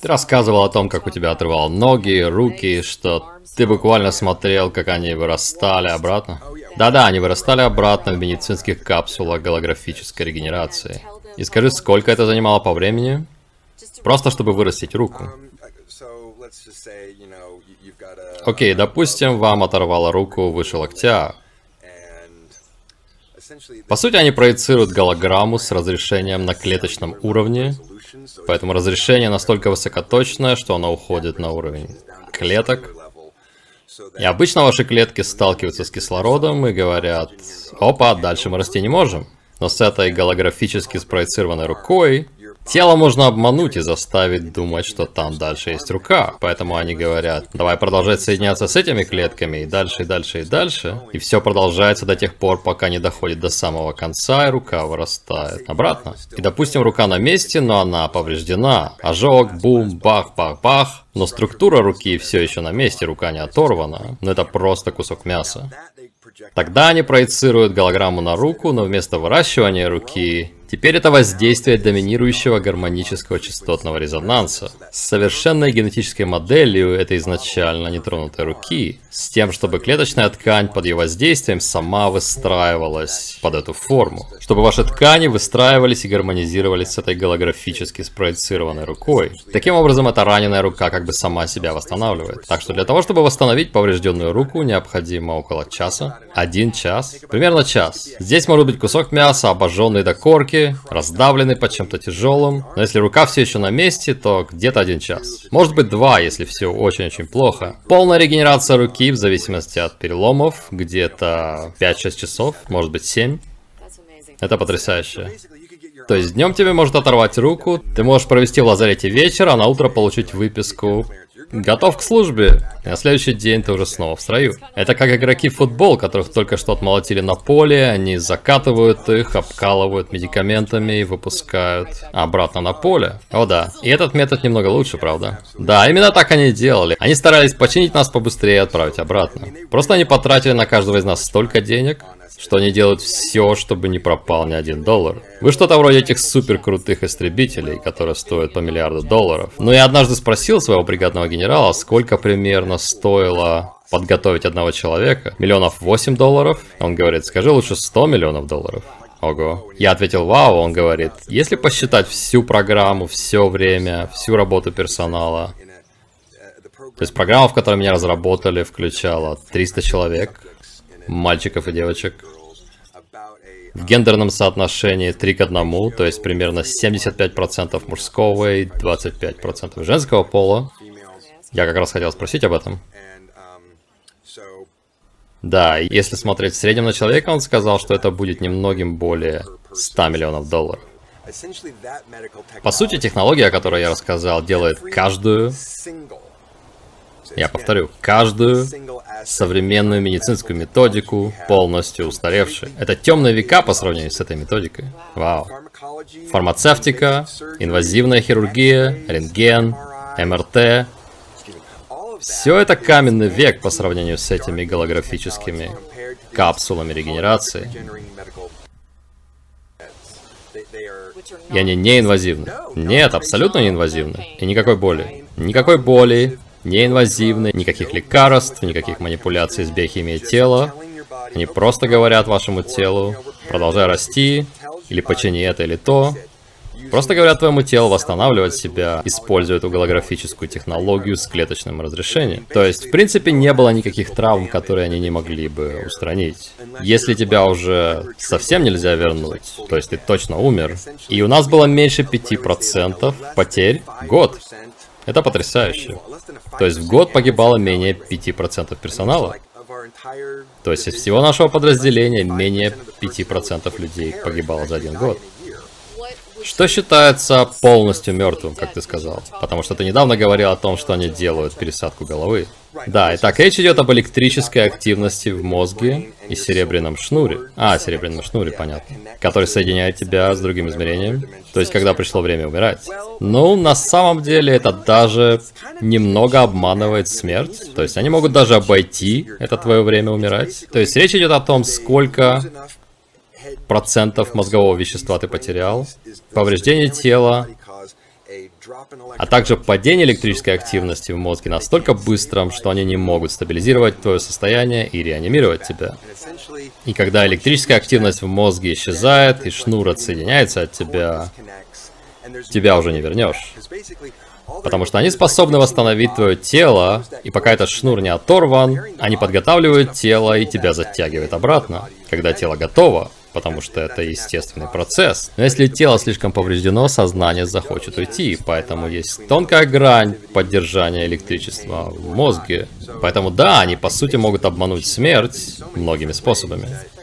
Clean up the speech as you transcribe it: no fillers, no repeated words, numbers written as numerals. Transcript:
Ты рассказывал о том, как у тебя отрывало ноги, руки, что ты буквально смотрел, как они вырастали обратно. Да-да, они вырастали обратно в медицинских капсулах голографической регенерации. И скажи, сколько это занимало по времени? Просто чтобы вырастить руку. Окей, допустим, вам оторвало руку выше локтя. По сути, они проецируют голограмму с разрешением на клеточном уровне, поэтому разрешение настолько высокоточное, что оно уходит на уровень клеток. И обычно ваши клетки сталкиваются с кислородом и говорят: опа, дальше мы расти не можем. Но с этой голографически спроецированной рукой тело можно обмануть и заставить думать, что там дальше есть рука. Поэтому они говорят: давай продолжать соединяться с этими клетками, и дальше, и дальше, и дальше. И все продолжается до тех пор, пока не доходит до самого конца, и рука вырастает обратно. И, допустим, рука на месте, но она повреждена. Ожог, бум, бах, бах, бах. Но структура руки все еще на месте, рука не оторвана. Но это просто кусок мяса. Тогда они проецируют голограмму на руку, но вместо выращивания руки теперь это воздействие доминирующего гармонического частотного резонанса с совершенной генетической моделью этой изначально нетронутой руки, с тем, чтобы клеточная ткань под ее воздействием сама выстраивалась под эту форму, чтобы ваши ткани выстраивались и гармонизировались с этой голографически спроецированной рукой. Таким образом, эта раненая рука как бы сама себя восстанавливает. Так что для того, чтобы восстановить поврежденную руку, необходимо около часа. 1 час. Примерно час. Здесь может быть кусок мяса, обожженный до корки, раздавленный под чем-то тяжелым. Но если рука все еще на месте, то где-то 1 час. Может быть 2, если все очень-очень плохо. Полная регенерация руки, в зависимости от переломов, где-то 5-6 часов, может быть 7. Это потрясающе. То есть днем тебе может оторвать руку, ты можешь провести в лазарете вечер, а на утро получить выписку: готов к службе. И на следующий день ты уже снова в строю. Это как игроки в футбол, которых только что отмолотили на поле, они закатывают их, обкалывают медикаментами и выпускают обратно на поле. О да, и этот метод немного лучше, правда? Да, именно так они и делали. Они старались починить нас побыстрее и отправить обратно. Просто они потратили на каждого из нас столько денег, что они делают все, чтобы не пропал ни $1. Вы что-то вроде этих супер крутых истребителей, которые стоят по $1 миллиард. Но я однажды спросил своего бригадного генерала, сколько примерно стоило подготовить одного человека. $8 миллионов? Он говорит: скажи лучше $100 миллионов. Ого. Я ответил: вау. Он говорит: если посчитать всю программу, все время, всю работу персонала. То есть программа, в которой меня разработали, включала 300 человек. Мальчиков и девочек. В гендерном соотношении 3 к 1, то есть примерно 75% мужского и 25% женского пола. Я как раз хотел спросить об этом. Да, если смотреть в среднем на человека, он сказал, что это будет немногим более $100 миллионов. По сути, технология, о которой я рассказал, делает каждую... Я повторю, каждую современную медицинскую методику полностью устаревшей. Это темные века по сравнению с этой методикой. Вау. Фармацевтика, инвазивная хирургия, рентген, МРТ. Все это каменный век по сравнению с этими голографическими капсулами регенерации. И они неинвазивны. Нет, абсолютно неинвазивны. И никакой боли. Никакой боли. Неинвазивны, никаких лекарств, никаких манипуляций с биохимией тела. Они просто говорят вашему телу: продолжай расти, или почини это или то. Просто говорят твоему телу восстанавливать себя, используя эту голографическую технологию с клеточным разрешением. То есть, в принципе, не было никаких травм, которые они не могли бы устранить. Если тебя уже совсем нельзя вернуть, то есть ты точно умер, и у нас было меньше 5% потерь в год. Это потрясающе. То есть в год погибало менее 5% персонала. То есть из всего нашего подразделения менее 5% людей погибало за 1 год. Что считается полностью мертвым, как ты сказал? Потому что ты недавно говорил о том, что они делают пересадку головы. Да, итак, речь идет об электрической активности в мозге и серебряном шнуре. Серебряном шнуре, понятно. Который соединяет тебя с другим измерением. То есть, когда пришло время умирать. Ну, на самом деле, это даже немного обманывает смерть. То есть, они могут даже обойти это твое время умирать. То есть, речь идет о том, сколько процентов мозгового вещества ты потерял. Повреждение тела А также падение электрической активности в мозге настолько быстрым, что они не могут стабилизировать твое состояние и реанимировать тебя. И когда электрическая активность в мозге исчезает и шнур отсоединяется от тебя, тебя уже не вернешь. Потому что они способны восстановить твое тело, и пока этот шнур не оторван, они подготавливают тело и тебя затягивают обратно, когда тело готово, потому что это естественный процесс. Но если тело слишком повреждено, сознание захочет уйти, поэтому есть тонкая грань поддержания электричества в мозге. Поэтому да, они по сути могут обмануть смерть многими способами.